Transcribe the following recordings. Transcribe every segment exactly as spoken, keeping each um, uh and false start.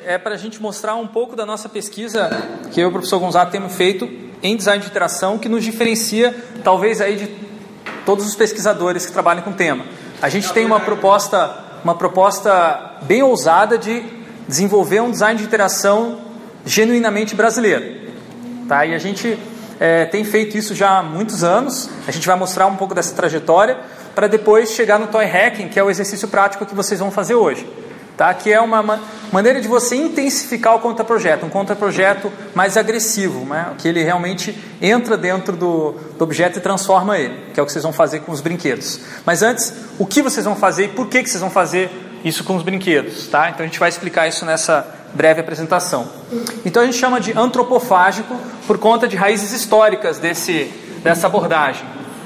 é para a gente mostrar um pouco da nossa pesquisa que eu e o professor Gonzaga temos feito em design de interação, que nos diferencia talvez aí de todos os pesquisadores que trabalham com o tema. A gente tem uma proposta, uma proposta bem ousada de desenvolver um design de interação genuinamente brasileiro, tá? E a gente é, tem feito isso já há muitos anos. A gente vai mostrar um pouco dessa trajetória para depois chegar no Toy Hacking, que é o exercício prático que vocês vão fazer hoje. Tá? Que é uma ma- maneira de você intensificar o contra-projeto, um contra-projeto mais agressivo, né? Que ele realmente entra dentro do, do objeto e transforma ele, que é o que vocês vão fazer com os brinquedos. Mas antes, o que vocês vão fazer e por que, que vocês vão fazer isso com os brinquedos? Tá? Então a gente vai explicar isso nessa breve apresentação. Então a gente chama de antropofágico por conta de raízes históricas desse, dessa abordagem.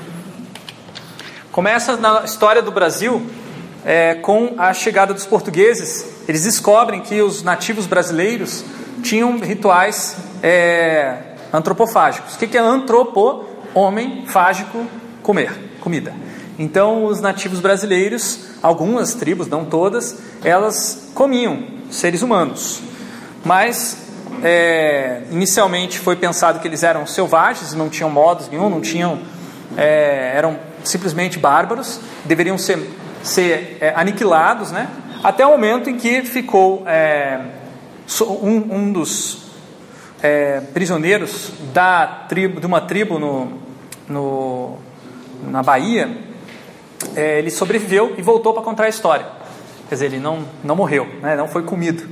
Começa na história do Brasil. É, com a chegada dos portugueses, eles descobrem que os nativos brasileiros tinham rituais é, antropofágicos. O que, que é antropo? Homem, fágico, comer, comida. Então os nativos brasileiros, algumas tribos, não todas, elas comiam seres humanos. Mas é, inicialmente foi pensado que eles eram selvagens, não tinham modos nenhum, não tinham, é, eram simplesmente bárbaros, deveriam ser ser é, aniquilados, né? Até o momento em que ficou é, um, um dos é, prisioneiros da tribo, de uma tribo no, no, na Bahia, é, ele sobreviveu e voltou para contar a história. Quer dizer, ele não, não morreu, né? Não foi comido.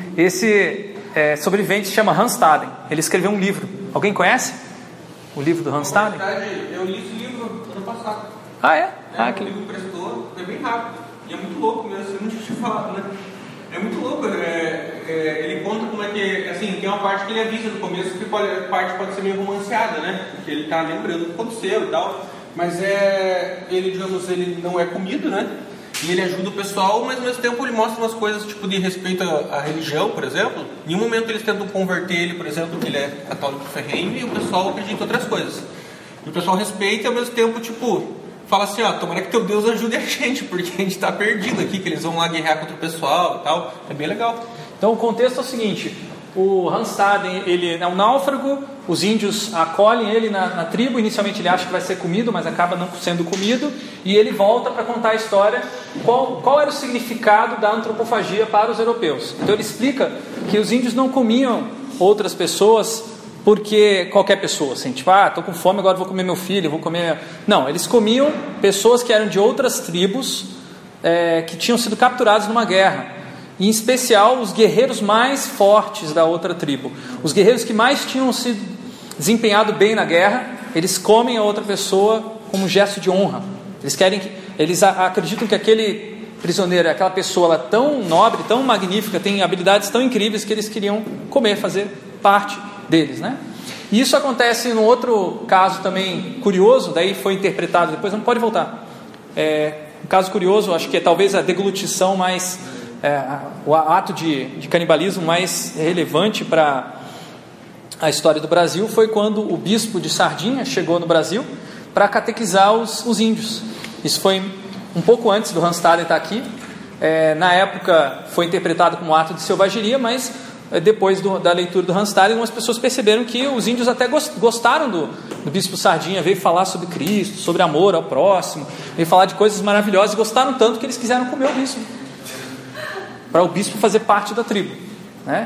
Esse é, sobrevivente se chama Hans Staden. Ele escreveu um livro. Alguém conhece o livro do Hans Staden? Na verdade, eu li esse livro ano passado. Ah, é? Ah, é que... O livro prestou, foi bem rápido. E é muito louco mesmo, eu não tinha te falado, né? É muito louco. É, é, ele conta como é que, assim, tem uma parte que ele avisa no começo que pode, a parte pode ser meio romanceada, né? Porque ele tá lembrando o que aconteceu e tal. Mas é, ele, digamos, ele não é comido, né? E ele ajuda o pessoal, mas ao mesmo tempo ele mostra umas coisas tipo de respeito à, à religião, por exemplo. Em um momento eles tentam converter ele, por exemplo, que ele é católico ferrenho, e o pessoal acredita em outras coisas. E o pessoal respeita e ao mesmo tempo, tipo... fala assim, ó, tomara que teu Deus ajude a gente, porque a gente está perdido aqui, que eles vão lá guerrear contra o pessoal e tal. É bem legal. Então o contexto é o seguinte: o Hans Staden, ele é um náufrago, os índios acolhem ele na, na tribo, inicialmente ele acha que vai ser comido, mas acaba não sendo comido, e ele volta para contar a história, qual, qual era o significado da antropofagia para os europeus. Então ele explica que os índios não comiam outras pessoas porque qualquer pessoa, assim, tipo, ah, estou com fome, agora vou comer meu filho, vou comer... Não, eles comiam pessoas que eram de outras tribos, é, que tinham sido capturadas numa guerra, e em especial os guerreiros mais fortes da outra tribo, os guerreiros que mais tinham se desempenhado bem na guerra, eles comem a outra pessoa como gesto de honra. Eles querem que, eles acreditam que aquele prisioneiro, aquela pessoa ela é tão nobre, tão magnífica, tem habilidades tão incríveis que eles queriam comer, fazer parte deles, né? E isso acontece num outro caso também curioso, daí foi interpretado depois, não pode voltar. É, um caso curioso, acho que é talvez a deglutição mais, é, o ato de, de canibalismo mais relevante para a história do Brasil foi quando o bispo de Sardinha chegou no Brasil para catequizar os, os índios. Isso foi um pouco antes do Hans Staden estar aqui. É, na época foi interpretado como um ato de selvageria, mas depois do, da leitura do Hans Staden, algumas pessoas perceberam que os índios até gostaram do, do bispo Sardinha, veio falar sobre Cristo, sobre amor ao próximo, veio falar de coisas maravilhosas, e gostaram tanto que eles quiseram comer o bispo, para o bispo fazer parte da tribo, né?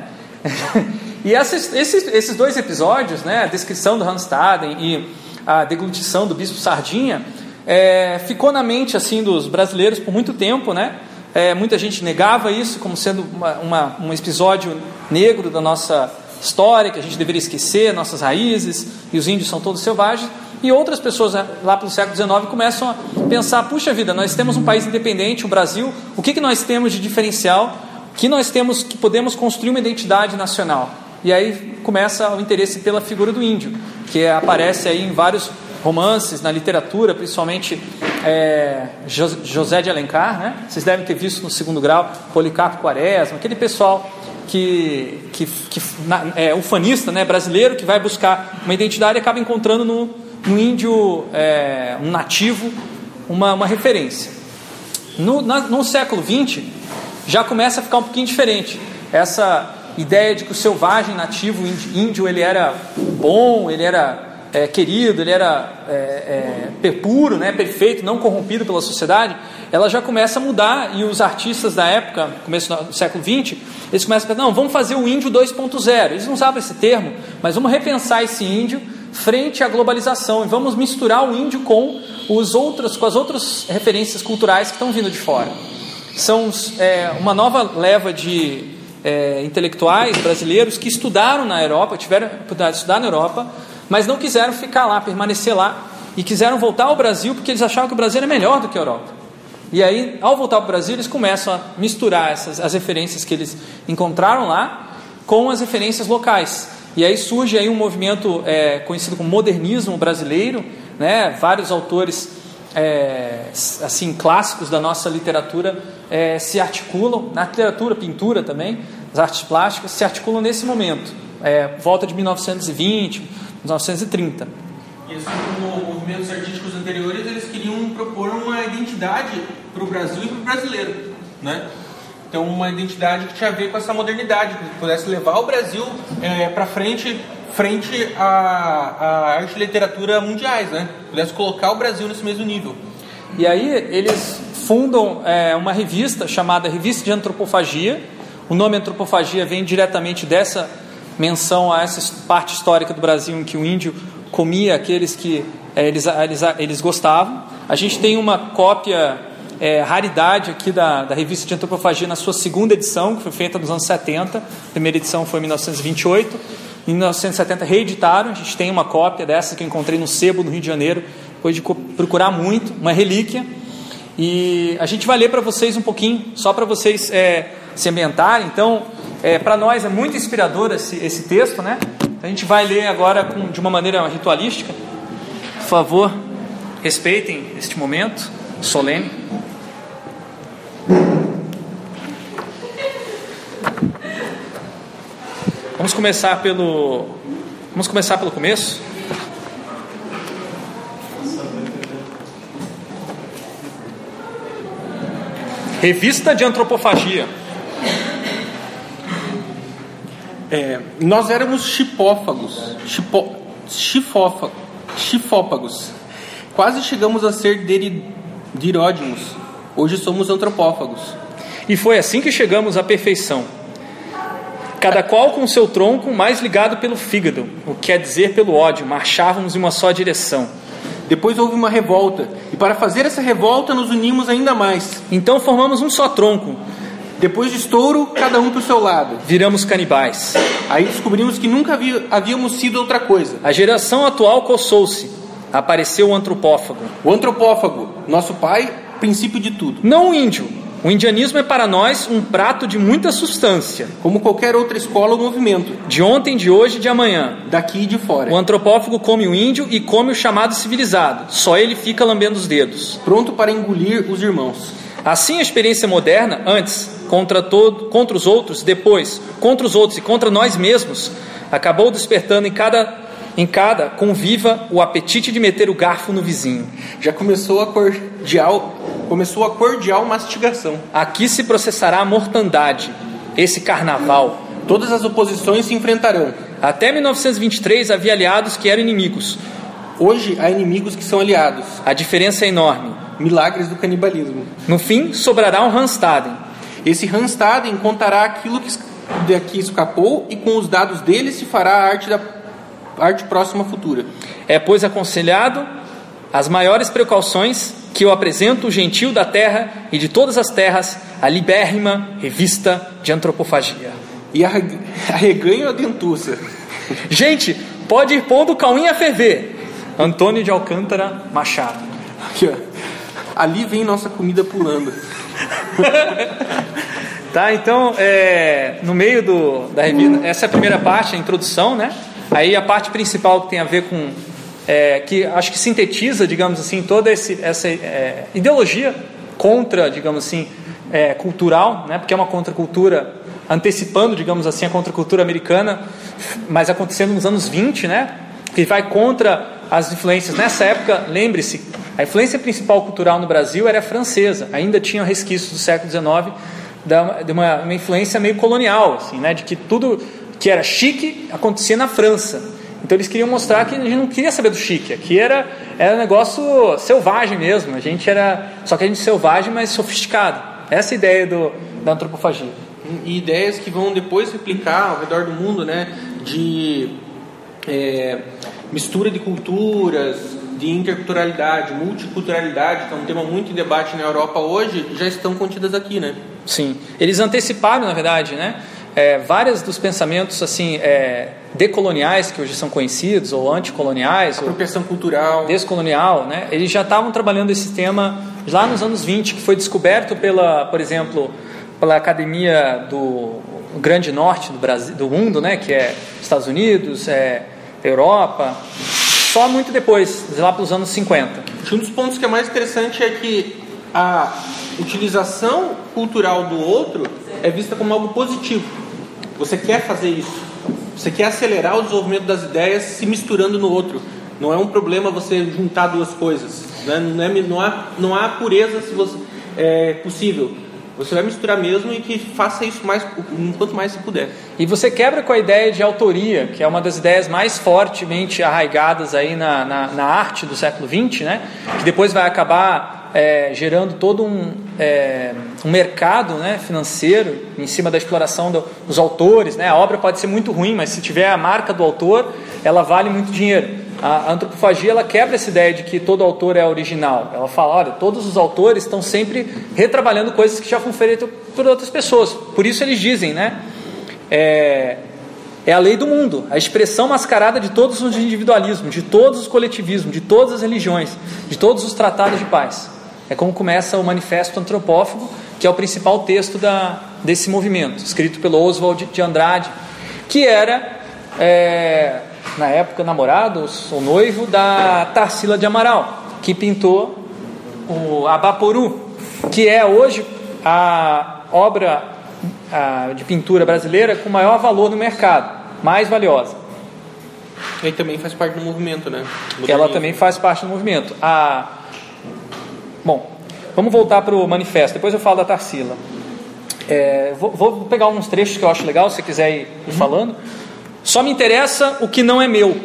E esses, esses, esses dois episódios, né, a descrição do Hans Staden e a deglutição do bispo Sardinha, é, ficou na mente assim dos brasileiros por muito tempo, né? É, muita gente negava isso como sendo uma, uma, um episódio negro da nossa história, que a gente deveria esquecer, nossas raízes, e os índios são todos selvagens. E outras pessoas lá pelo século dezenove começam a pensar, puxa vida, nós temos um país independente, o Brasil, o que, que nós temos de diferencial, que nós temos, que podemos construir uma identidade nacional. E aí começa o interesse pela figura do índio, que aparece aí em vários romances, na literatura, principalmente é, José de Alencar, né? Vocês devem ter visto no segundo grau, Policarpo Quaresma, aquele pessoal que, que, que é ufanista, né, brasileiro, que vai buscar uma identidade e acaba encontrando no, no índio, é, um nativo, uma, uma referência. No, na, no século vinte, já começa a ficar um pouquinho diferente. essa ideia de que o selvagem nativo índio ele era bom, ele era é, querido, ele era é, é, puro, né, perfeito, não corrompido pela sociedade, ela já começa a mudar. E os artistas da época, começo do século vinte, eles começam a pensar, não, vamos fazer o índio dois ponto zero. Eles não usavam esse termo, mas vamos repensar esse índio frente à globalização e vamos misturar o índio com, os outros, com as outras referências culturais que estão vindo de fora. São é, uma nova leva de é, intelectuais brasileiros que estudaram na Europa, tiveram a oportunidade de estudar na Europa, mas não quiseram ficar lá, permanecer lá, e quiseram voltar ao Brasil porque eles achavam que o Brasil era melhor do que a Europa. E aí, ao voltar para o Brasil, eles começam a misturar essas, as referências que eles encontraram lá com as referências locais. E aí surge aí um movimento é, conhecido como modernismo brasileiro, né? Vários autores é, assim, clássicos da nossa literatura é, se articulam, na literatura, pintura também, as artes plásticas, se articulam nesse momento, é, volta de mil novecentos e vinte, mil novecentos e trinta. E assim como movimentos artísticos anteriores, eles queriam propor uma identidade para o Brasil e para o brasileiro, né? Então, uma identidade que tinha a ver com essa modernidade, que pudesse levar o Brasil é, para frente, frente à, à arte e literatura mundiais, né? Pudesse colocar o Brasil nesse mesmo nível. E aí eles fundam é, uma revista chamada Revista de Antropofagia. O nome Antropofagia vem diretamente dessa menção a essa parte histórica do Brasil em que o índio comia aqueles que é, eles, eles, eles gostavam. A gente tem uma cópia é, raridade aqui da, da Revista de Antropofagia na sua segunda edição, que foi feita nos anos setenta. A primeira edição foi em mil novecentos e vinte e oito. Em mil novecentos e setenta reeditaram. A gente tem uma cópia dessa que eu encontrei no sebo no Rio de Janeiro, depois de procurar muito, uma relíquia. E a gente vai ler para vocês um pouquinho, só para vocês é, se ambientarem. Então, é, para nós é muito inspirador esse, esse texto, né? A gente vai ler agora com, de uma maneira ritualística. Por favor, respeitem este momento solene. Vamos começar pelo, vamos começar pelo começo. Revista de Antropofagia. É, nós éramos chipófagos, chipo, chifófa, chifópagos. Quase chegamos a ser deri, diródimos. Hoje somos antropófagos. E foi assim que chegamos à perfeição. Cada qual com seu tronco mais ligado pelo fígado, o que quer dizer pelo ódio, marchávamos em uma só direção. Depois houve uma revolta, e para fazer essa revolta nos unimos ainda mais. Então formamos um só tronco. Depois de estouro, cada um para o seu lado. Viramos canibais. Aí descobrimos que nunca havia, havíamos sido outra coisa. A geração atual coçou-se. Apareceu o antropófago. O antropófago, nosso pai, princípio de tudo. Não o índio. O indianismo é para nós um prato de muita substância. Como qualquer outra escola ou movimento. De ontem, de hoje e de amanhã. Daqui e de fora. O antropófago come o índio e come o chamado civilizado. Só ele fica lambendo os dedos. Pronto para engolir os irmãos. Assim a experiência moderna, antes, contra, todo, contra os outros, depois, contra os outros e contra nós mesmos, acabou despertando em cada, em cada conviva o apetite de meter o garfo no vizinho. Já começou a cordial, começou a cordial mastigação. Aqui se processará a mortandade, esse carnaval. Todas as oposições se enfrentarão. Até mil novecentos e vinte e três havia aliados que eram inimigos. Hoje há inimigos que são aliados. A diferença é enorme. Milagres do canibalismo. No fim, sobrará um Randstaden. Esse Randstaden contará aquilo que daqui escapou e com os dados dele se fará a arte da a arte próxima futura. É, pois, aconselhado as maiores precauções que eu apresento o gentil da terra e de todas as terras, a libérrima revista de antropofagia. E arreganho a dentuça. Gente, pode ir pondo o cauim a ferver. Antônio de Alcântara Machado. Aqui, ó. Ali vem nossa comida pulando. Tá, então, é, no meio do, da revista, essa é a primeira parte, a introdução, né? Aí a parte principal que tem a ver com, é, que acho que sintetiza, digamos assim, toda esse, essa é, ideologia contra, digamos assim, é, cultural, né? Porque é uma contracultura antecipando, digamos assim, a contracultura americana, mas acontecendo nos anos vinte, né? Que vai contra as influências. Nessa época, lembre-se, a influência principal cultural no Brasil era a francesa, ainda tinha resquícios do século dezenove da, de uma, uma influência meio colonial, assim, né? De que tudo que era chique acontecia na França. Então eles queriam mostrar que a gente não queria saber do chique, aqui era, era um negócio selvagem mesmo, a gente era, só que a gente selvagem, mas sofisticado. Essa é a ideia do, da antropofagia. E ideias que vão depois replicar ao redor do mundo, né, de é, mistura de culturas, de interculturalidade, multiculturalidade, que é um tema muito em debate na Europa hoje, já estão contidas aqui, né? Sim, eles anteciparam, na verdade, né? É, vários dos pensamentos assim é, decoloniais que hoje são conhecidos ou anticoloniais, apropriação ou cultural, descolonial, né? Eles já estavam trabalhando esse tema lá nos anos vinte, que foi descoberto pela, por exemplo, pela Academia do Grande Norte do Brasil, do mundo, né? Que é Estados Unidos, é, Europa, só muito depois, lá pelos anos cinquenta. Um dos pontos que é mais interessante é que a utilização cultural do outro é vista como algo positivo. Você quer fazer isso, você quer acelerar o desenvolvimento das ideias se misturando no outro. Não é um problema você juntar duas coisas, né? não, é, não, há, não há pureza se você, é possível. Você vai misturar mesmo e que faça isso mais, quanto mais se puder. E você quebra com a ideia de autoria, que é uma das ideias mais fortemente arraigadas aí na, na, na arte do século vinte, né? Que depois vai acabar É, gerando todo um, é, um mercado, né, financeiro em cima da exploração do, dos autores, né? A obra pode ser muito ruim, mas se tiver a marca do autor, ela vale muito dinheiro. A, a antropofagia, ela quebra essa ideia de que todo autor é original. Ela fala, olha, todos os autores estão sempre retrabalhando coisas que já foram feitas por outras pessoas. Por isso eles dizem, né, é, é a lei do mundo, a expressão mascarada de todos os individualismos, de todos os coletivismos, de todas as religiões, de todos os tratados de paz. É como começa o Manifesto Antropófago, que é o principal texto da, desse movimento, escrito pelo Oswald de Andrade, que era, é, na época, namorado ou noivo da Tarsila de Amaral, que pintou o Abaporu, que é hoje a obra a, de pintura brasileira com maior valor no mercado, mais valiosa. E também faz parte do movimento, né? Modernismo. Ela também faz parte do movimento. A Bom, vamos voltar para o manifesto, depois eu falo da Tarsila. É, vou, vou pegar uns trechos que eu acho legal, se você quiser ir, ir uhum. falando. Só me interessa o que não é meu.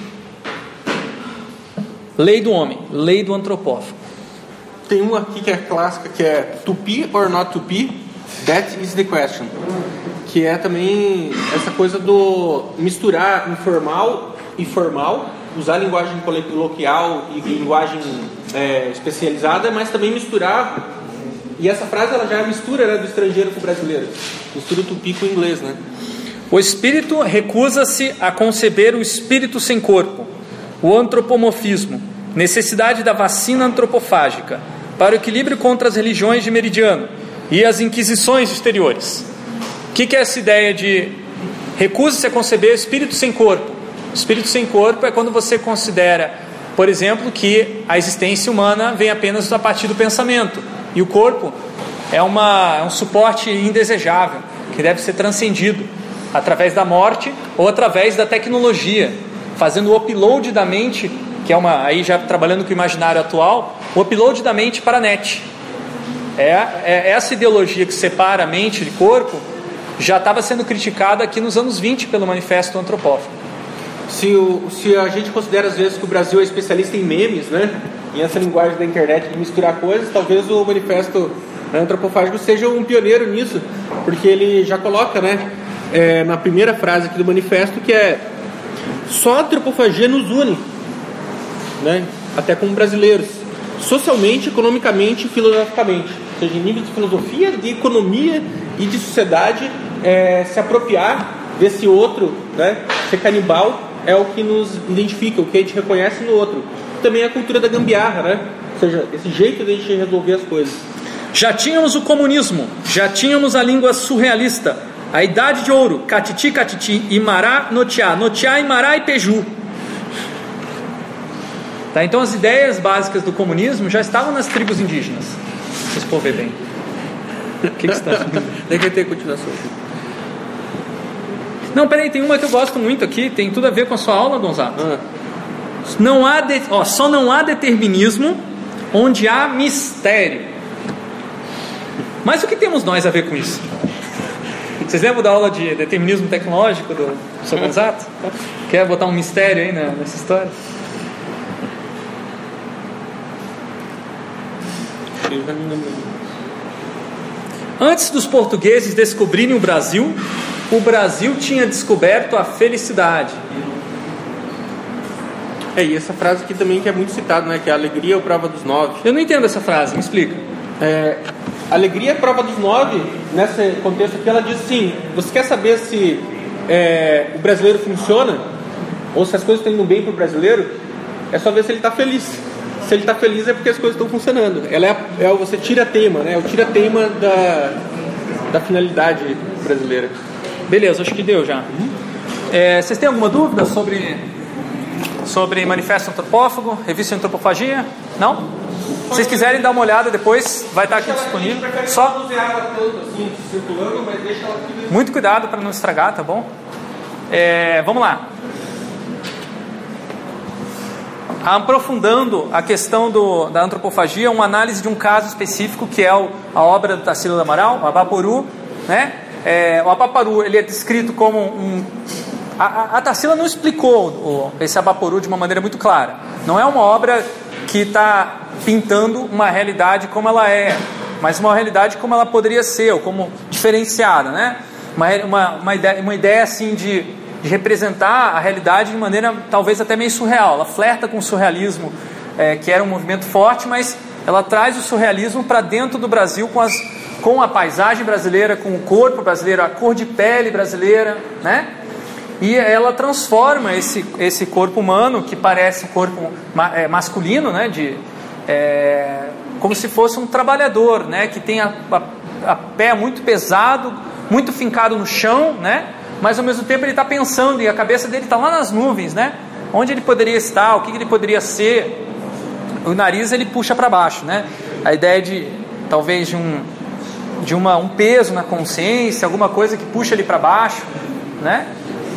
Lei do homem, lei do antropófago. Tem uma aqui que é clássica, que é to be or not to be, that is the question. Que é também essa coisa do misturar informal e formal, usar linguagem coloquial e linguagem é, especializada, mas também misturar. E essa frase ela já é a mistura, né, do estrangeiro com o brasileiro. Mistura o tupi com o inglês, né? O espírito recusa-se a conceber o espírito sem corpo, o antropomorfismo, necessidade da vacina antropofágica, para o equilíbrio contra as religiões de Meridiano e as inquisições exteriores. O que, que é essa ideia de recusa-se a conceber o espírito sem corpo? O espírito sem corpo é quando você considera, por exemplo, que a existência humana vem apenas a partir do pensamento, e o corpo é, uma, é um suporte indesejável, que deve ser transcendido através da morte ou através da tecnologia, fazendo o upload da mente, que é uma, aí já trabalhando com o imaginário atual, o upload da mente para a net. É, é essa ideologia que separa a mente de corpo já estava sendo criticada aqui nos anos vinte pelo Manifesto Antropófago. Se, o, se a gente considera às vezes que o Brasil é especialista em memes, né, e essa linguagem da internet de misturar coisas, talvez o Manifesto Antropofágico seja um pioneiro nisso, porque ele já coloca, né, é, na primeira frase aqui do manifesto, que é: só a antropofagia nos une, né, até como brasileiros, socialmente, economicamente e filosoficamente, ou seja, em nível de filosofia, de economia e de sociedade, é, se apropriar desse outro, né, ser canibal, é o que nos identifica, o que a gente reconhece no outro. Também a cultura da gambiarra, né? Ou seja, esse jeito de a gente resolver as coisas. Já tínhamos o comunismo, já tínhamos a língua surrealista, a idade de ouro, catiti, catiti, imará, notiá, notiá, imará e peju. Tá, então as ideias básicas do comunismo já estavam nas tribos indígenas. Vocês podem ver bem. O que, que você está fazendo? Deve ter continuação. Não, peraí, tem uma que eu gosto muito aqui, tem tudo a ver com a sua aula, Gonzaga. Ah. Não há de, ó, só não há determinismo onde há mistério. Mas o que temos nós a ver com isso? Vocês lembram da aula de determinismo tecnológico do professor Gonzato? Quer botar um mistério aí nessa história? Antes dos portugueses descobrirem o Brasil, o Brasil tinha descoberto a felicidade. É, e essa frase aqui também que é muito citada, né? Que é a alegria é a prova dos nove. Eu não entendo essa frase, me explica. É, alegria é a prova dos nove, nesse contexto aqui, ela diz assim: você quer saber se é, o brasileiro funciona? Ou se as coisas estão indo bem para o brasileiro? É só ver se ele está feliz. Se ele está feliz é porque as coisas estão funcionando. Ela é, é você tira tema, né? O tira tema da, da finalidade brasileira. Beleza, acho que deu já. Uhum. É, vocês têm alguma dúvida sobre, sobre Manifesto Antropófago, Revista Antropofagia? Não? Se vocês quiserem dar uma olhada depois, vai estar aqui disponível. Só muito cuidado para não estragar, tá bom? É, vamos lá. Aprofundando a questão do, da antropofagia, uma análise de um caso específico que é o, a obra do Tarsila do Amaral, o Abaporu, né? É, o Abaporu, ele é descrito como um... A, a Tarsila não explicou o, esse Abaporu de uma maneira muito clara. Não é uma obra que está pintando uma realidade como ela é, mas uma realidade como ela poderia ser, ou como diferenciada, né? Uma, uma, uma, ideia, uma ideia assim de, de representar a realidade de maneira talvez até meio surreal. Ela flerta com o surrealismo, é, que era um movimento forte, mas ela traz o surrealismo para dentro do Brasil com, as, com a paisagem brasileira, com o corpo brasileiro, a cor de pele brasileira, né? E ela transforma esse, esse corpo humano, que parece um corpo é, masculino, né? De, é, como se fosse um trabalhador, né? Que tem a, a, a pé muito pesado, muito fincado no chão, né? Mas ao mesmo tempo ele está pensando e a cabeça dele está lá nas nuvens, né? Onde ele poderia estar, o que ele poderia ser. O nariz ele puxa para baixo, né? A ideia de talvez de um de uma, um peso na consciência, alguma coisa que puxa ele para baixo, né?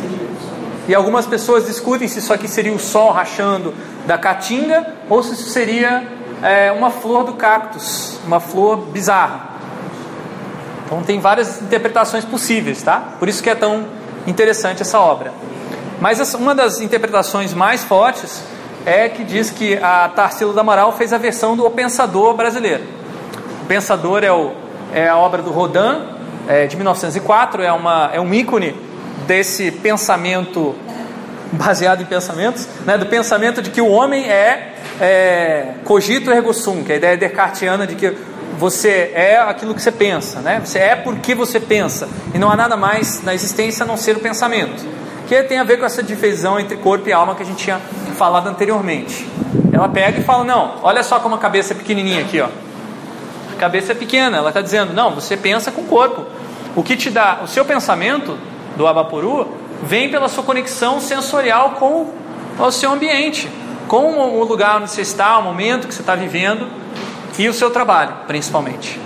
E algumas pessoas discutem se isso aqui seria o sol rachando da caatinga ou se isso seria é, uma flor do cactus, uma flor bizarra. Então tem várias interpretações possíveis, tá? Por isso que é tão interessante essa obra. Mas essa, uma das interpretações mais fortes é que diz que a Tarsila do Amaral fez a versão do O Pensador brasileiro. O Pensador é, o, é a obra do Rodin, é, de mil novecentos e quatro, é, uma, é um ícone desse pensamento baseado em pensamentos, né, do pensamento de que o homem é, é cogito ergo sum, que é a ideia descartiana de que você é aquilo que você pensa, né? Você é porque você pensa, e não há nada mais na existência a não ser o pensamento, que tem a ver com essa divisão entre corpo e alma que a gente tinha falado anteriormente. Ela pega e fala, não, olha só como a cabeça é pequenininha aqui, ó. A cabeça é pequena, ela está dizendo, não, você pensa com o corpo. O que te dá, o seu pensamento do Abaporu vem pela sua conexão sensorial com o seu ambiente, com o lugar onde você está, o momento que você está vivendo e o seu trabalho, principalmente.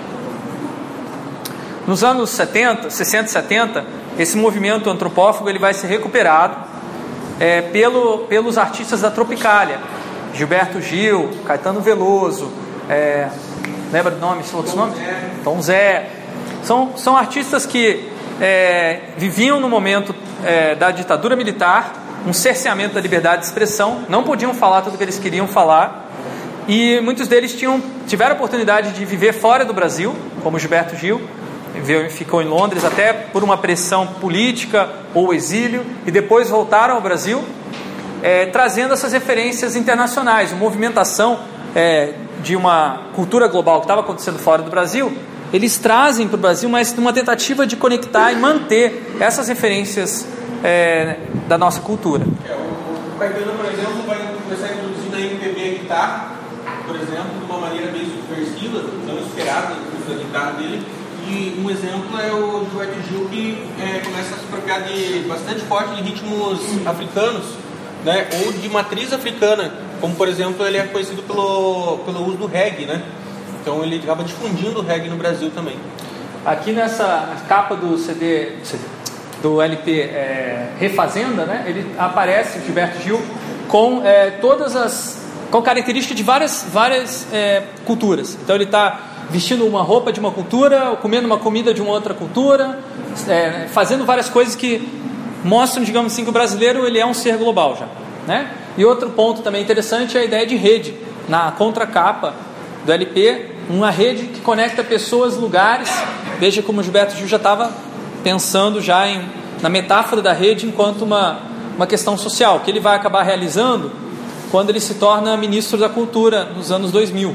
Nos anos setenta, sessenta e setenta, esse movimento antropófago ele vai ser recuperado é, pelo, pelos artistas da Tropicália, Gilberto Gil, Caetano Veloso, é, lembra do nome, outros nomes? Tom Zé. São, são artistas que É, viviam no momento é, da ditadura militar, um cerceamento da liberdade de expressão, não podiam falar tudo o que eles queriam falar, e muitos deles tinham, tiveram a oportunidade de viver fora do Brasil, como Gilberto Gil, ficou em Londres até por uma pressão política ou exílio, e depois voltaram ao Brasil, é, trazendo essas referências internacionais, uma movimentação é, de uma cultura global que estava acontecendo fora do Brasil. Eles trazem para o Brasil, mas numa tentativa de conectar e manter essas referências é, da nossa cultura. É, o Caetano, por exemplo, vai começar a introduzir na M P B a guitarra, por exemplo, de uma maneira meio subversiva, não esperada da guitarra dele. E um exemplo é o Gilberto Gil, que é, começa a se apropriar de bastante forte de ritmos africanos, né, ou de matriz africana, como por exemplo ele é conhecido pelo, pelo uso do reggae, né? Então ele acaba difundindo o reggae no Brasil também. Aqui nessa capa do C D, do L P é, Refazenda, né, ele aparece, o Gilberto Gil, com é, todas as com características de várias, várias é, culturas. Então ele está vestindo uma roupa de uma cultura, comendo uma comida de uma outra cultura, é, fazendo várias coisas que mostram, digamos assim, que o brasileiro ele é um ser global já, né? E outro ponto também interessante é a ideia de rede. Na contracapa do L P, uma rede que conecta pessoas, lugares. Veja como o Gilberto Gil já estava pensando já em, na metáfora da rede enquanto uma, uma questão social, que ele vai acabar realizando quando ele se torna ministro da Cultura nos anos dois mil.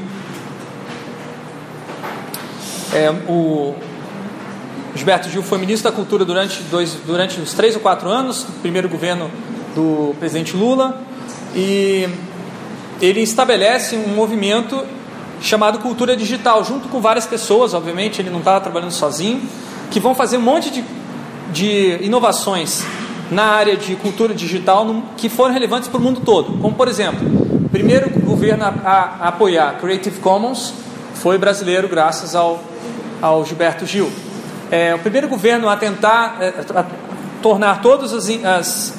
É, o Gilberto Gil foi ministro da Cultura durante, dois, durante uns três ou quatro anos, no primeiro governo do presidente Lula, e ele estabelece um movimento chamado Cultura Digital, junto com várias pessoas, obviamente, ele não estava trabalhando sozinho, que vão fazer um monte de, de inovações na área de cultura digital no, que foram relevantes para o mundo todo. Como, por exemplo, o primeiro governo a, a, a apoiar Creative Commons foi brasileiro, graças ao, ao Gilberto Gil. É, o primeiro governo a tentar é, a tornar todas as, as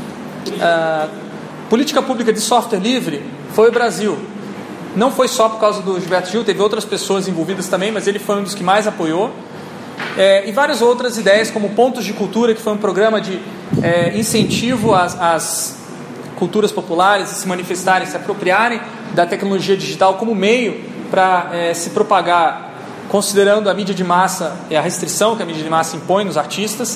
a, política pública de software livre foi o Brasil. Não foi só por causa do Gilberto Gil, teve outras pessoas envolvidas também, mas ele foi um dos que mais apoiou. É, e várias outras ideias, como Pontos de Cultura, que foi um programa de é, incentivo às, às culturas populares a se manifestarem, se apropriarem da tecnologia digital como meio para é, se propagar, considerando a mídia de massa e a restrição que a mídia de massa impõe nos artistas.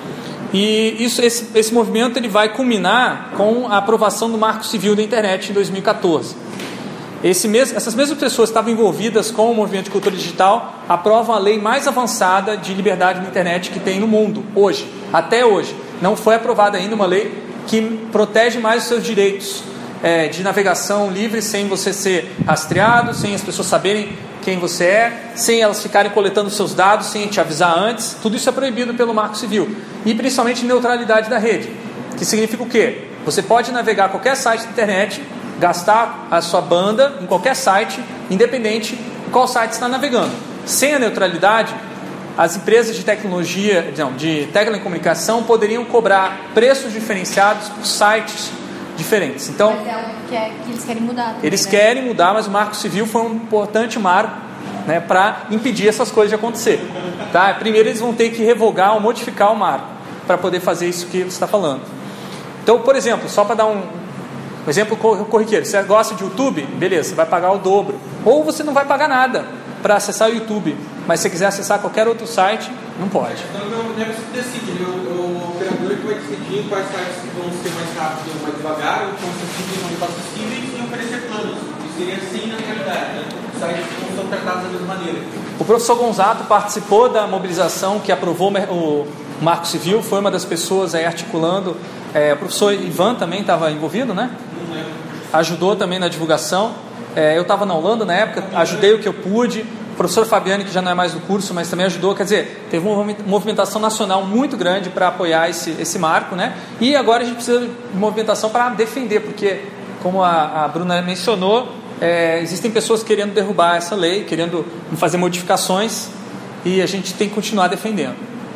E isso, esse, esse movimento ele vai culminar com a aprovação do Marco Civil da Internet em dois mil e catorze. Esse mesmo, essas mesmas pessoas que estavam envolvidas com o movimento de cultura digital aprovam a lei mais avançada de liberdade na internet que tem no mundo, hoje, até hoje. Não foi aprovada ainda uma lei que protege mais os seus direitos é, de navegação livre, sem você ser rastreado, sem as pessoas saberem quem você é, sem elas ficarem coletando seus dados, sem te avisar antes. Tudo isso é proibido pelo Marco Civil. E principalmente neutralidade da rede, que significa o quê? Você pode navegar qualquer site da internet, gastar a sua banda em qualquer site, independente de qual site está navegando. Sem a neutralidade, as empresas de tecnologia, não, de telecomunicação poderiam cobrar preços diferenciados por sites diferentes. Então, mas é algo que, é, que eles querem mudar também, eles né? querem mudar, mas o Marco Civil foi um importante marco, né, para impedir essas coisas de acontecer. Tá? Primeiro eles vão ter que revogar ou modificar o marco para poder fazer isso que você está falando. Então, por exemplo, só para dar um Um exemplo corriqueiro, você gosta de YouTube? Beleza, você vai pagar o dobro. Ou você não vai pagar nada para acessar o YouTube, mas se você quiser acessar qualquer outro site, não pode. Então não deve se decidir, o, o operador que vai decidir quais sites vão ser mais rápidos ou mais devagar, ou vão ser acessíveis ou acessíveis e oferecer planos. Isso seria assim na realidade, né? Os sites não são tratados da mesma maneira. O professor Gonzato participou da mobilização que aprovou o Marco Civil, foi uma das pessoas aí articulando. É, o professor Ivan também estava envolvido, né? Ajudou também na divulgação. É, eu estava na Holanda na época, ajudei o que eu pude. O professor Fabiane, que já não é mais do curso, mas também ajudou. Quer dizer, teve uma movimentação nacional muito grande para apoiar esse, esse marco, né? E agora a gente precisa de movimentação para defender, porque, como a, a Bruna mencionou, é, existem pessoas querendo derrubar essa lei, querendo fazer modificações, e a gente tem que continuar defendendo.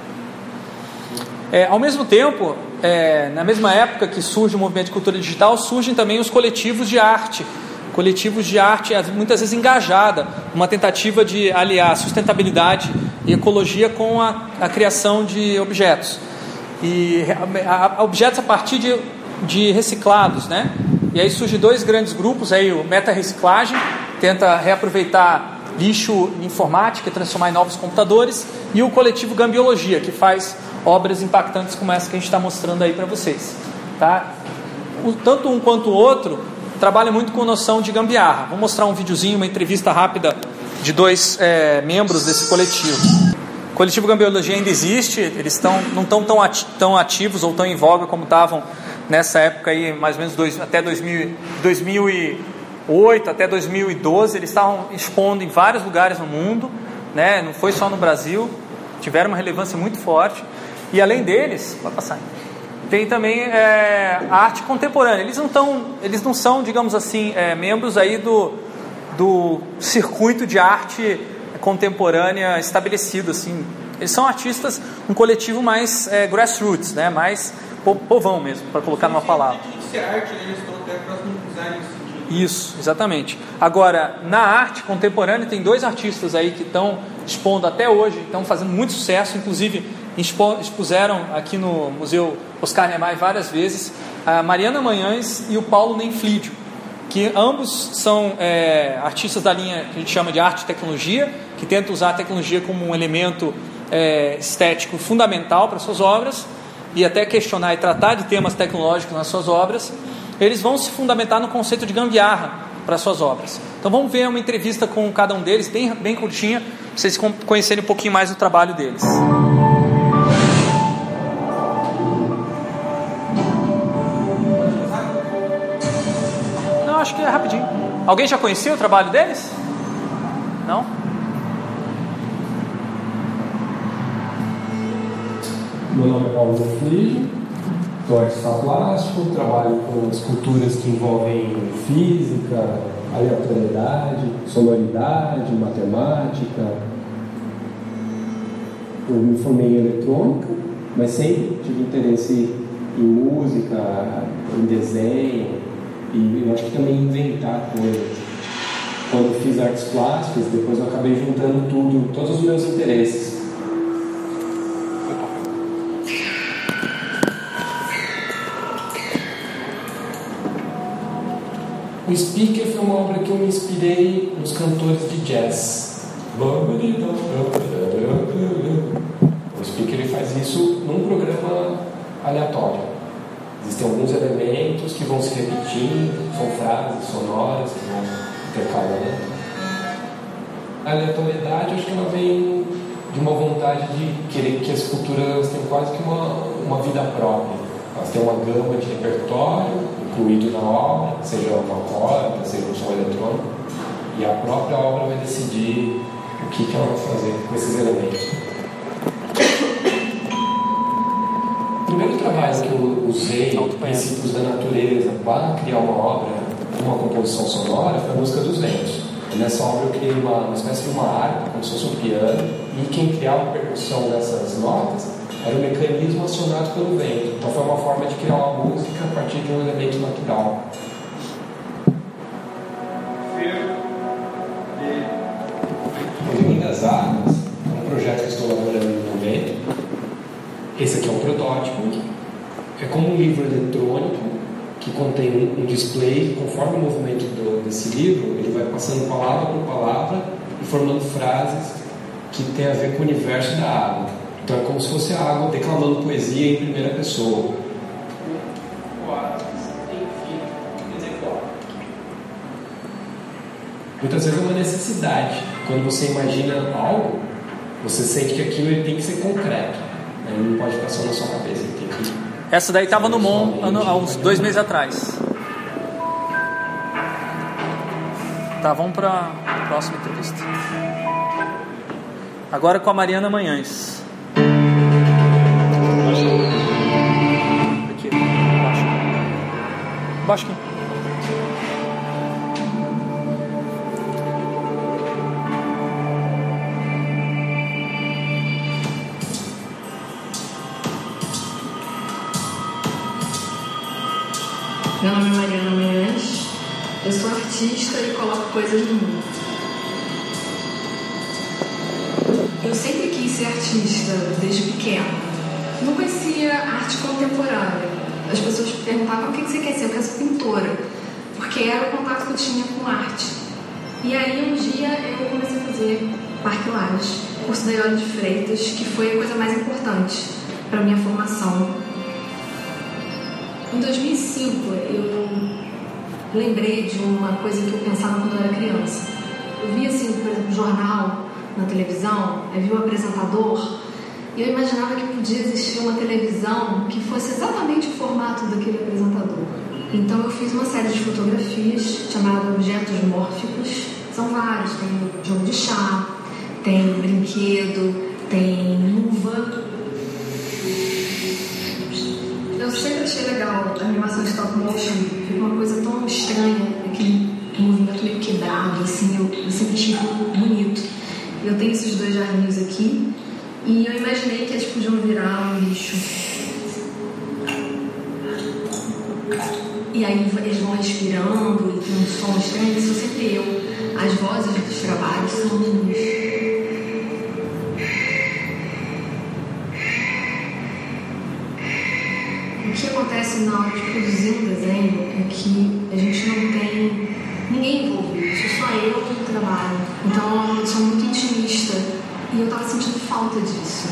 É, ao mesmo tempo, é, na mesma época que surge o movimento de cultura digital, surgem também os coletivos de arte, coletivos de arte muitas vezes engajada, uma tentativa de aliar sustentabilidade e ecologia com a, a criação de objetos, e a, a, objetos a partir de, de reciclados, né? E aí surgem dois grandes grupos, aí o Meta Reciclagem, tenta reaproveitar lixo informática e transformar em novos computadores, e o coletivo Gambiologia, que faz obras impactantes como essa que a gente está mostrando aí para vocês, tá? O, tanto um quanto o outro trabalha muito com noção de gambiarra. Vou mostrar um videozinho, uma entrevista rápida de dois é, membros desse coletivo. O coletivo Gambiologia ainda existe, eles tão, não estão tão, ati- tão ativos ou tão em voga como estavam nessa época aí, mais ou menos dois, até dois mil, dois mil e oito, até dois mil e doze, eles estavam expondo em vários lugares no mundo, né? Não foi só no Brasil, tiveram uma relevância muito forte. E além deles, vai passar, tem também é, a arte contemporânea. Eles não, tão, eles não são, digamos assim, é, membros aí do, do circuito de arte contemporânea estabelecido, assim. Eles são artistas, um coletivo mais é, grassroots, né? Mais po- povão mesmo, para colocar numa palavra. Tem que ser arte, né? Eles estão até próximo do design nesse sentido. Isso, exatamente. Agora, na arte contemporânea, tem dois artistas aí que estão expondo até hoje, estão fazendo muito sucesso, inclusive expo, expuseram aqui no Museu Oscar Niemeyer várias vezes, a Mariana Manhães e o Paulo Nenflídio, que ambos são é, artistas da linha que a gente chama de arte e tecnologia, que tentam usar a tecnologia como um elemento é, estético fundamental para suas obras, e até questionar e tratar de temas tecnológicos nas suas obras. Eles vão se fundamentar no conceito de gambiarra para suas obras. Então vamos ver uma entrevista com cada um deles, bem, bem curtinha, para vocês conhecerem um pouquinho mais do trabalho deles. Não, acho que é rapidinho. Alguém já conhecia o trabalho deles? Não? Meu nome é Paulo Nenflídio. Sou artista plástico, trabalho com esculturas que envolvem física, aleatoriedade, sonoridade, matemática. Eu me formei em eletrônica, mas sempre tive interesse em música, em desenho e eu acho que também em inventar coisas. Quando fiz artes plásticas, depois eu acabei juntando tudo, todos os meus interesses. O Speaker foi uma obra que eu me inspirei nos cantores de jazz. O Speaker ele faz isso num programa aleatório. Existem alguns elementos que vão se repetindo, são frases sonoras que vão intercalando. A aleatoriedade, acho que ela vem de uma vontade de querer que as esculturas tenham quase que uma, uma vida própria. Elas têm uma gama de repertório incluído na obra, seja uma corda, seja um som eletrônico, e a própria obra vai decidir o que, que ela vai fazer com esses elementos. O primeiro trabalho que eu usei princípios da natureza para criar uma obra, uma composição sonora, foi a Música dos Ventos. E nessa obra eu criei uma, uma espécie de uma harpa, como se fosse um piano, e quem criava a percussão dessas notas era o mecanismo acionado pelo vento. Então foi uma forma de criar uma música a partir de um elemento natural. O Rio das Águas é um projeto que estou elaborando no momento. Esse aqui é um protótipo. É como um livro eletrônico que contém um, um display. Conforme o movimento do, desse livro, ele vai passando palavra por palavra e formando frases que tem a ver com o universo da água. Então é como se fosse a água declamando poesia em primeira pessoa. Muitas vezes é uma necessidade. Quando você imagina algo, você sente que aquilo ele tem que ser concreto. Ele não pode ficar só na sua cabeça. Ele tem que... Essa daí estava no Mon há uns dois meses atrás. Tá, vamos para a próxima entrevista. Agora com a Mariana Manhães. Aqui, baixo. Baixo aqui. Meu nome é Mariana Manhães, eu sou artista e coloco coisas no mundo. Eu sempre quis ser artista, desde pequena. Não conhecia arte contemporânea. As pessoas perguntavam: o que você quer ser? Eu quero ser pintora, porque era o contato que eu tinha com arte. E aí um dia eu comecei a fazer Parque Lages, curso da Ione de Freitas, que foi a coisa mais importante para a minha formação. Em dois mil e cinco, eu lembrei de uma coisa que eu pensava quando eu era criança. Eu via, assim, por exemplo, jornal na televisão, eu vi o apresentador, e eu imaginava que podia existir uma televisão que fosse exatamente o formato daquele apresentador. Então eu fiz uma série de fotografias chamada Objetos Mórficos. São vários, tem jogo de chá, tem brinquedo, tem luva. Eu sempre achei legal a animação stop motion, fica uma coisa tão estranha, aquele movimento meio quebrado, assim, eu, eu sempre achei bonito. Eu tenho esses dois jarrinhos aqui e eu imaginei que eles podiam virar um lixo. e aí eles vão respirando, e tem um som estranho, sou sempre eu. As vozes dos trabalhos são minhas. O que acontece na hora de produzir um desenho é que a gente não tem ninguém envolvido, sou só eu no trabalho. Então é uma produção muito intimista e eu estava sentindo falta disso.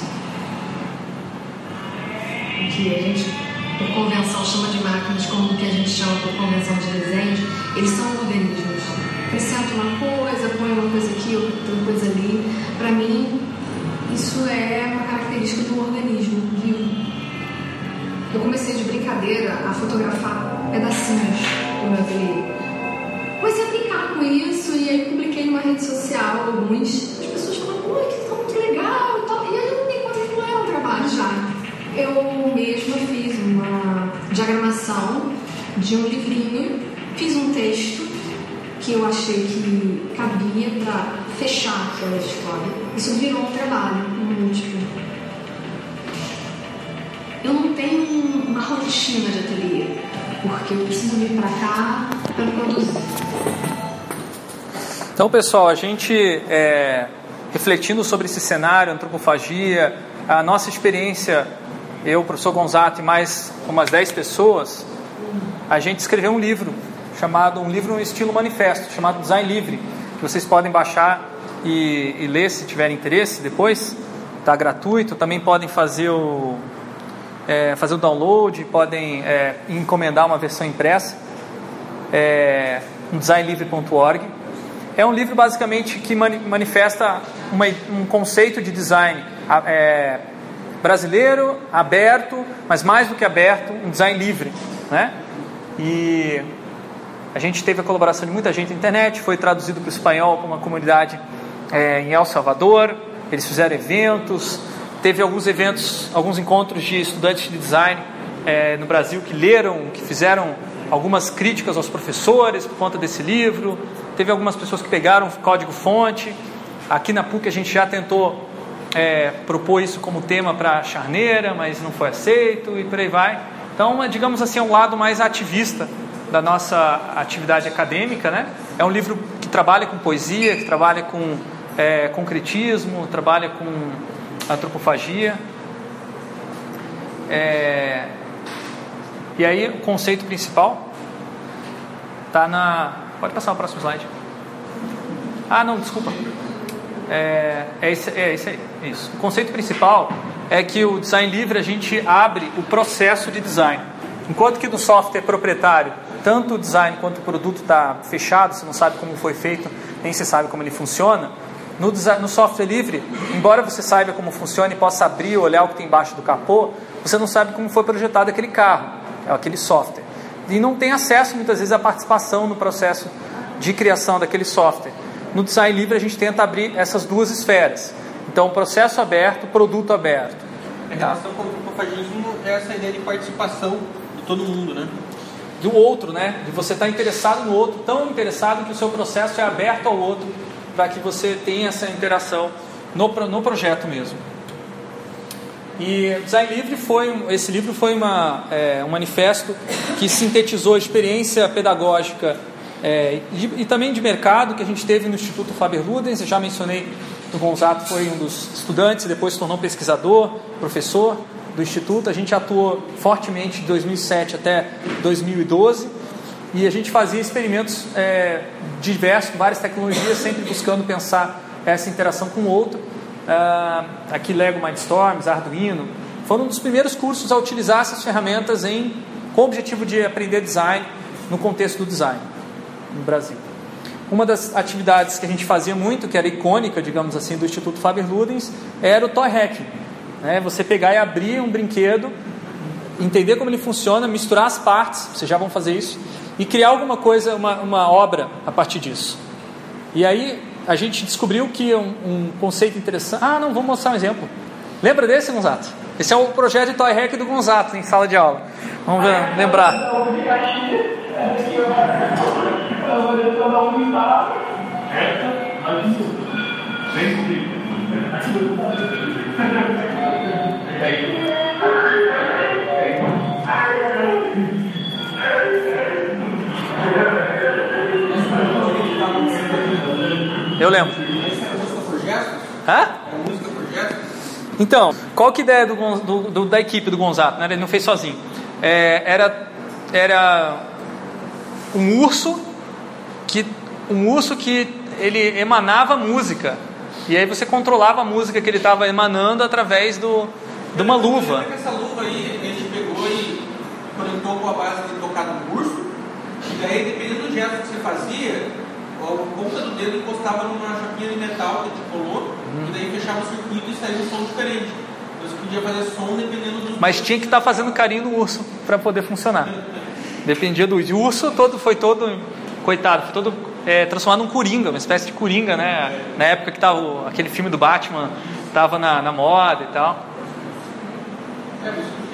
Que a gente, por convenção, chama de máquinas, como que a gente chama por convenção de desenhos, eles são organismos. Acrescenta uma coisa, põe uma coisa aqui, outra coisa ali. Para mim, isso é uma característica do organismo vivo. Eu comecei de brincadeira a fotografar pedacinhos do meu ateliê. Comecei a brincar com isso e aí publiquei numa rede social alguns. As pessoas falaram, pô, que tá muito legal e tal. E aí eu não dei conta que não era um trabalho já. Eu mesma fiz uma diagramação de um livrinho, fiz um texto que eu achei que cabia para fechar aquela história. Isso virou um trabalho, um múltiplo. Eu não tenho uma rotina de ateliê, porque eu preciso vir para cá para produzir. Então, pessoal, a gente é, refletindo sobre esse cenário, antropofagia, a nossa experiência, eu, o professor Gonzato e mais umas dez pessoas, a gente escreveu um livro, chamado, um livro em estilo manifesto, chamado Design Livre, que vocês podem baixar e, e ler se tiverem interesse depois, está gratuito, também podem fazer o... É, fazer o download, podem é, encomendar uma versão impressa, é, no design livre ponto org. É um livro basicamente que mani- manifesta uma, um conceito de design é, brasileiro, aberto, mas mais do que aberto, um design livre, né? E a gente teve a colaboração de muita gente na internet, foi traduzido para o espanhol para uma comunidade é, em El Salvador, eles fizeram eventos. Teve alguns eventos, alguns encontros de estudantes de design é, no Brasil que leram, que fizeram algumas críticas aos professores por conta desse livro. Teve algumas pessoas que pegaram o código-fonte. Aqui na P U C a gente já tentou é, propor isso como tema para a charneira, mas não foi aceito e por aí vai. Então, digamos assim, é um lado mais ativista da nossa atividade acadêmica, né? É um livro que trabalha com poesia, que trabalha com é, concretismo, trabalha com antropofagia. É... E aí o conceito principal está na... Pode passar o próximo slide. Ah, não, desculpa. É, é, esse, é esse aí. Isso. O conceito principal é que o design livre a gente abre o processo de design. Enquanto que no software proprietário, tanto o design quanto o produto está fechado, você não sabe como foi feito, nem você sabe como ele funciona. No, design, no software livre, embora você saiba como funciona e possa abrir, olhar o que tem embaixo do capô, você não sabe como foi projetado aquele carro, aquele software. E não tem acesso, muitas vezes, à participação no processo de criação daquele software. No design livre, a gente tenta abrir essas duas esferas. Então, processo aberto, produto aberto. A relação com o antropofagismo é essa ideia de participação de todo mundo, né? Do outro, né? De você estar interessado no outro, tão interessado que o seu processo é aberto ao outro, para que você tenha essa interação no, no projeto mesmo. E Design Livre foi, esse livro foi uma, é, um manifesto que sintetizou a experiência pedagógica é, e, e também de mercado que a gente teve no Instituto Faber-Ludens. Eu já mencionei que o Gonzato foi um dos estudantes e depois se tornou pesquisador, professor do Instituto. A gente atuou fortemente de dois mil e sete até dois mil e doze. E a gente fazia experimentos é, diversos, com várias tecnologias, sempre buscando pensar essa interação com o outro. Uh, aqui Lego Mindstorms, Arduino, foram um dos primeiros cursos a utilizar essas ferramentas em, com o objetivo de aprender design no contexto do design no Brasil. Uma das atividades que a gente fazia muito, que era icônica, digamos assim, do Instituto Faber-Ludens, era o Toy Hacking, né? Você pegar e abrir um brinquedo, entender como ele funciona, misturar as partes, vocês já vão fazer isso, e criar alguma coisa, uma, uma obra a partir disso. E aí a gente descobriu que um, um conceito interessante... Ah, não, vou mostrar um exemplo. Lembra desse, Gonzato? Esse é o projeto de Toy Hack do Gonzato, em sala de aula. Vamos ver, lembrar. Eu lembro. Mas era música por gestos? Hã? Era música por gestos? Então, qual que é a ideia do, do, do, da equipe do Gonzato? Né? Ele não fez sozinho. É, era, era um urso que, um urso que ele emanava música. E aí você controlava a música que ele estava emanando através do, de uma luva. Essa luva aí, a gente pegou e conectou com a base de tocar no urso. E daí, dependendo do gesto que você fazia, a ponta do dedo encostava numa chapinha de metal que te colou, hum. e daí fechava o circuito e saía um som diferente. Então você podia fazer som dependendo do... Mas tinha que estar tá fazendo carinho no urso para poder funcionar. Dependia do urso. O urso todo foi todo, coitado, foi todo é, transformado num coringa, uma espécie de coringa, né? Na época que tava o, aquele filme do Batman estava na, na moda e tal. É, mas o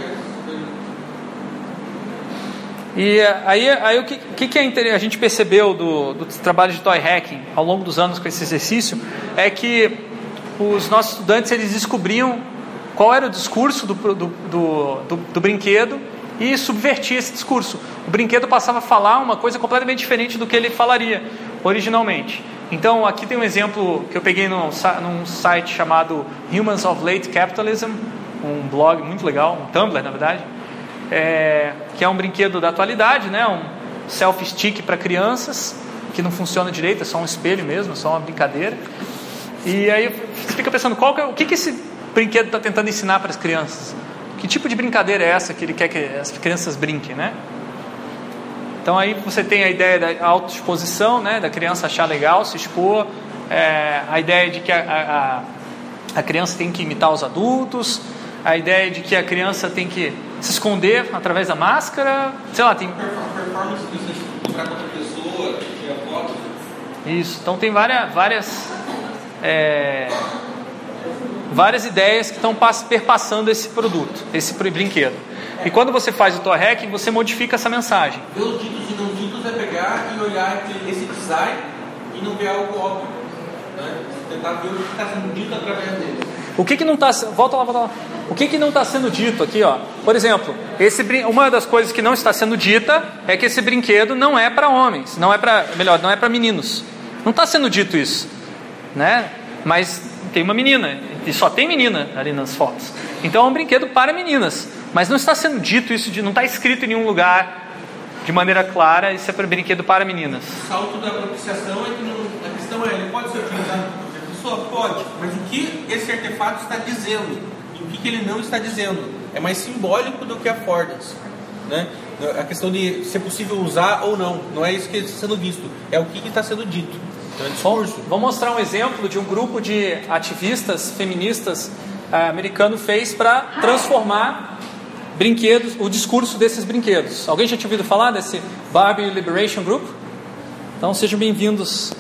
E aí, aí o que, que, que é, a gente percebeu do, do trabalho de toy hacking ao longo dos anos com esse exercício é que os nossos estudantes eles descobriam qual era o discurso do, do, do, do, do brinquedo e subvertia esse discurso. O brinquedo passava a falar uma coisa completamente diferente do que ele falaria originalmente. Então aqui tem um exemplo que eu peguei num, num site chamado Humans of Late Capitalism, um blog muito legal, um Tumblr na verdade. É, que é um brinquedo da atualidade, né? Um selfie-stick para crianças, que não funciona direito, é só um espelho mesmo, é só uma brincadeira. E aí você fica pensando, qual que é, o que, que esse brinquedo está tentando ensinar para as crianças? Que tipo de brincadeira é essa que ele quer que as crianças brinquem, né? Então aí você tem a ideia da autoexposição, né? Da criança achar legal, se expor, é, a ideia de que a, a, a criança tem que imitar os adultos, a ideia de que a criança tem que se esconder através da máscara, sei lá, tem... performance que você entrar com outra pessoa, tirar foto. Isso, então tem várias várias, é, várias ideias que estão perpassando esse produto, esse brinquedo. E quando você faz o toy hacking, você modifica essa mensagem. Ver os ditos e não ditos é pegar e olhar esse design e não ver algo óbvio, né? Tentar ver o que está sendo dito através dele. O que que não está... Volta lá, volta lá. O que que não está sendo dito aqui, ó? Por exemplo, esse, uma das coisas que não está sendo dita é que esse brinquedo não é para homens, não é para... Melhor, não é para meninos. Não está sendo dito isso, né? Mas tem uma menina, e só tem menina ali nas fotos. Então é um brinquedo para meninas. Mas não está sendo dito isso, de, não está escrito em nenhum lugar de maneira clara, isso é para brinquedo para meninas. O salto da propiciação é que não, a questão é, ele pode ser utilizado por pessoa? Pode, mas o que esse artefato está dizendo e o que, que ele não está dizendo é mais simbólico do que affordancy, né? A questão de se é possível usar ou não, não é isso que está sendo visto, é o que está sendo dito. Então, é discurso. Vou mostrar um exemplo de um grupo de ativistas feministas uh, americano fez para transformar brinquedos, o discurso desses brinquedos. Alguém já tinha ouvido falar desse Barbie Liberation Group? Então sejam bem-vindos.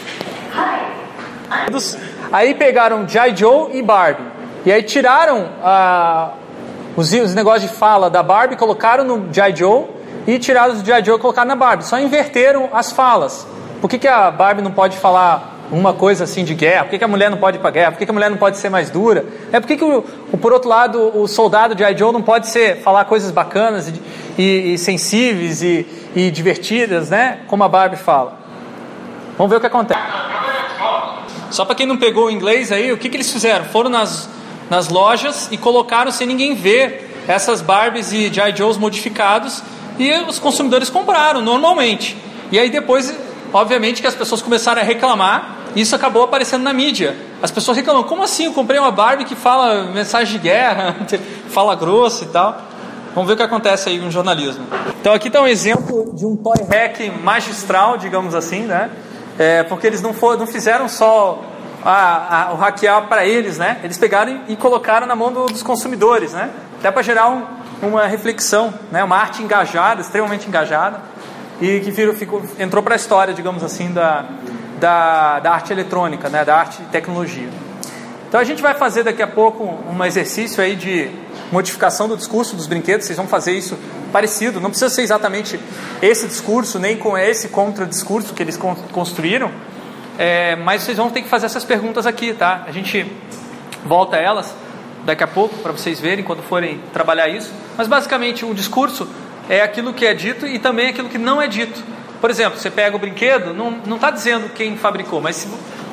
Aí pegaram G I. Joe e Barbie, e aí tiraram uh, os, os negócios de fala da Barbie, colocaram no G I. Joe, e tiraram os G I. Joe e colocaram na Barbie. Só inverteram as falas. Por que, que a Barbie não pode falar uma coisa assim de guerra? Por que, que a mulher não pode ir para guerra? Por que, que a mulher não pode ser mais dura? É por que, que o, o, por outro lado, o soldado de G I. Joe não pode ser, falar coisas bacanas e, e, e sensíveis e, e divertidas, né? Como a Barbie fala. Vamos ver o que acontece. Só para quem não pegou o inglês aí, o que, que eles fizeram? Foram nas, nas lojas e colocaram sem ninguém ver essas Barbies e G I. Joes modificados, e os consumidores compraram normalmente. E aí depois, obviamente, que as pessoas começaram a reclamar, e isso acabou aparecendo na mídia. As pessoas reclamam, como assim? Eu comprei uma Barbie que fala mensagem de guerra, fala grosso e tal. Vamos ver o que acontece aí no jornalismo. Então aqui está um exemplo de um toy hack magistral, digamos assim, né? É, porque eles não, for, não fizeram só a, a, o hackear para eles, né? Eles pegaram e, e colocaram na mão do, dos consumidores, né? Até para gerar um, uma reflexão, né? Uma arte engajada, extremamente engajada, e que virou, ficou, entrou para a história, digamos assim, da, da, da arte eletrônica, né? Da arte e tecnologia. Então a gente vai fazer daqui a pouco um exercício aí de modificação do discurso dos brinquedos. Vocês vão fazer isso parecido, não precisa ser exatamente esse discurso, nem com esse contra-discurso que eles construíram, é, mas vocês vão ter que fazer essas perguntas aqui, tá? A gente volta a elas daqui a pouco para vocês verem quando forem trabalhar isso, mas basicamente o discurso é aquilo que é dito e também aquilo que não é dito. Por exemplo, você pega o brinquedo, não está dizendo quem fabricou, mas se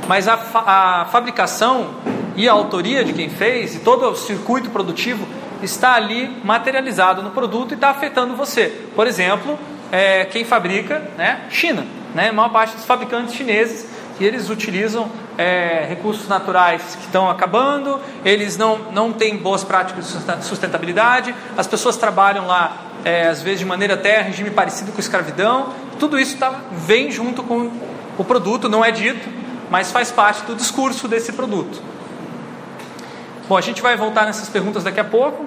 mas a, fa a fabricação e a autoria de quem fez, e todo o circuito produtivo está ali materializado no produto e está afetando você. Por exemplo, é, quem fabrica, né? China, né? A maior parte dos fabricantes chineses, e eles utilizam é, recursos naturais que estão acabando, eles não, não têm boas práticas de sustentabilidade, as pessoas trabalham lá, é, às vezes de maneira até regime parecido com escravidão. Tudo isso tá, vem junto com o produto, não é dito, mas faz parte do discurso desse produto. Bom, a gente vai voltar nessas perguntas daqui a pouco.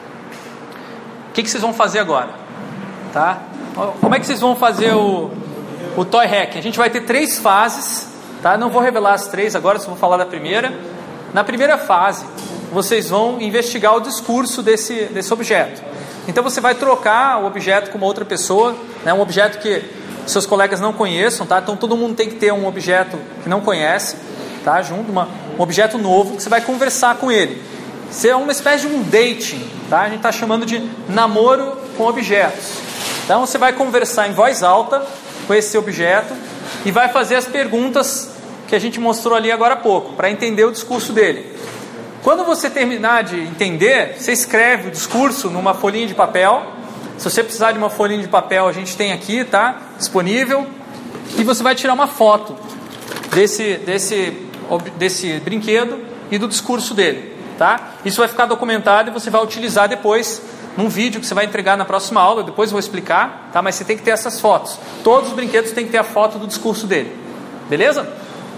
O que, que vocês vão fazer agora? Tá? Como é que vocês vão fazer o, o Toy Hack? A gente vai ter três fases, tá? Não vou revelar as três agora, só vou falar da primeira. Na primeira fase, vocês vão investigar o discurso desse, desse objeto. Então você vai trocar o objeto com uma outra pessoa, né? Um objeto que seus colegas não conheçam, tá? Então todo mundo tem que ter um objeto que não conhece, tá? Junto, uma, um objeto novo que você vai conversar com ele. Isso é uma espécie de um dating, tá? A gente está chamando de namoro com objetos. Então você vai conversar em voz alta com esse objeto e vai fazer as perguntas que a gente mostrou ali agora há pouco, para entender o discurso dele. Quando você terminar de entender, você escreve o discurso numa folhinha de papel. Se você precisar de uma folhinha de papel, a gente tem aqui, tá? Disponível. E você vai tirar uma foto desse, desse, desse brinquedo e do discurso dele, tá? Isso vai ficar documentado e você vai utilizar depois num vídeo que você vai entregar na próxima aula. Depois eu vou explicar, tá? Mas você tem que ter essas fotos. Todos os brinquedos têm que ter a foto do discurso dele. Beleza?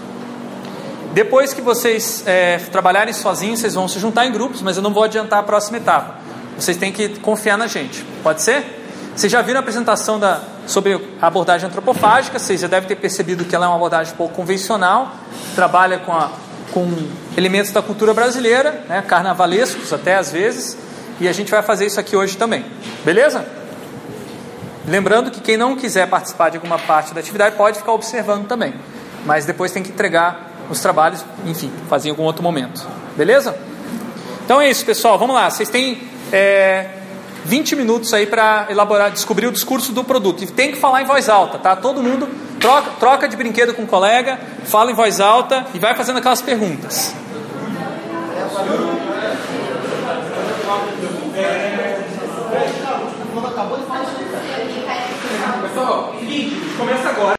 Depois que vocês é, trabalharem sozinhos, vocês vão se juntar em grupos, mas eu não vou adiantar a próxima etapa. Vocês têm que confiar na gente. Pode ser? Vocês já viram a apresentação da, sobre a abordagem antropofágica. Vocês já devem ter percebido que ela é uma abordagem pouco convencional. Trabalha com, a, com elementos da cultura brasileira, né, carnavalescos até às vezes. E a gente vai fazer isso aqui hoje também. Beleza? Lembrando que quem não quiser participar de alguma parte da atividade pode ficar observando também. Mas depois tem que entregar os trabalhos, enfim, fazer em algum outro momento. Beleza? Então é isso, pessoal. Vamos lá. Vocês têm é, vinte minutos aí para elaborar, descobrir o discurso do produto. E tem que falar em voz alta, tá? Todo mundo troca, troca de brinquedo com o colega, fala em voz alta e vai fazendo aquelas perguntas. Pessoal, seguinte, começa agora.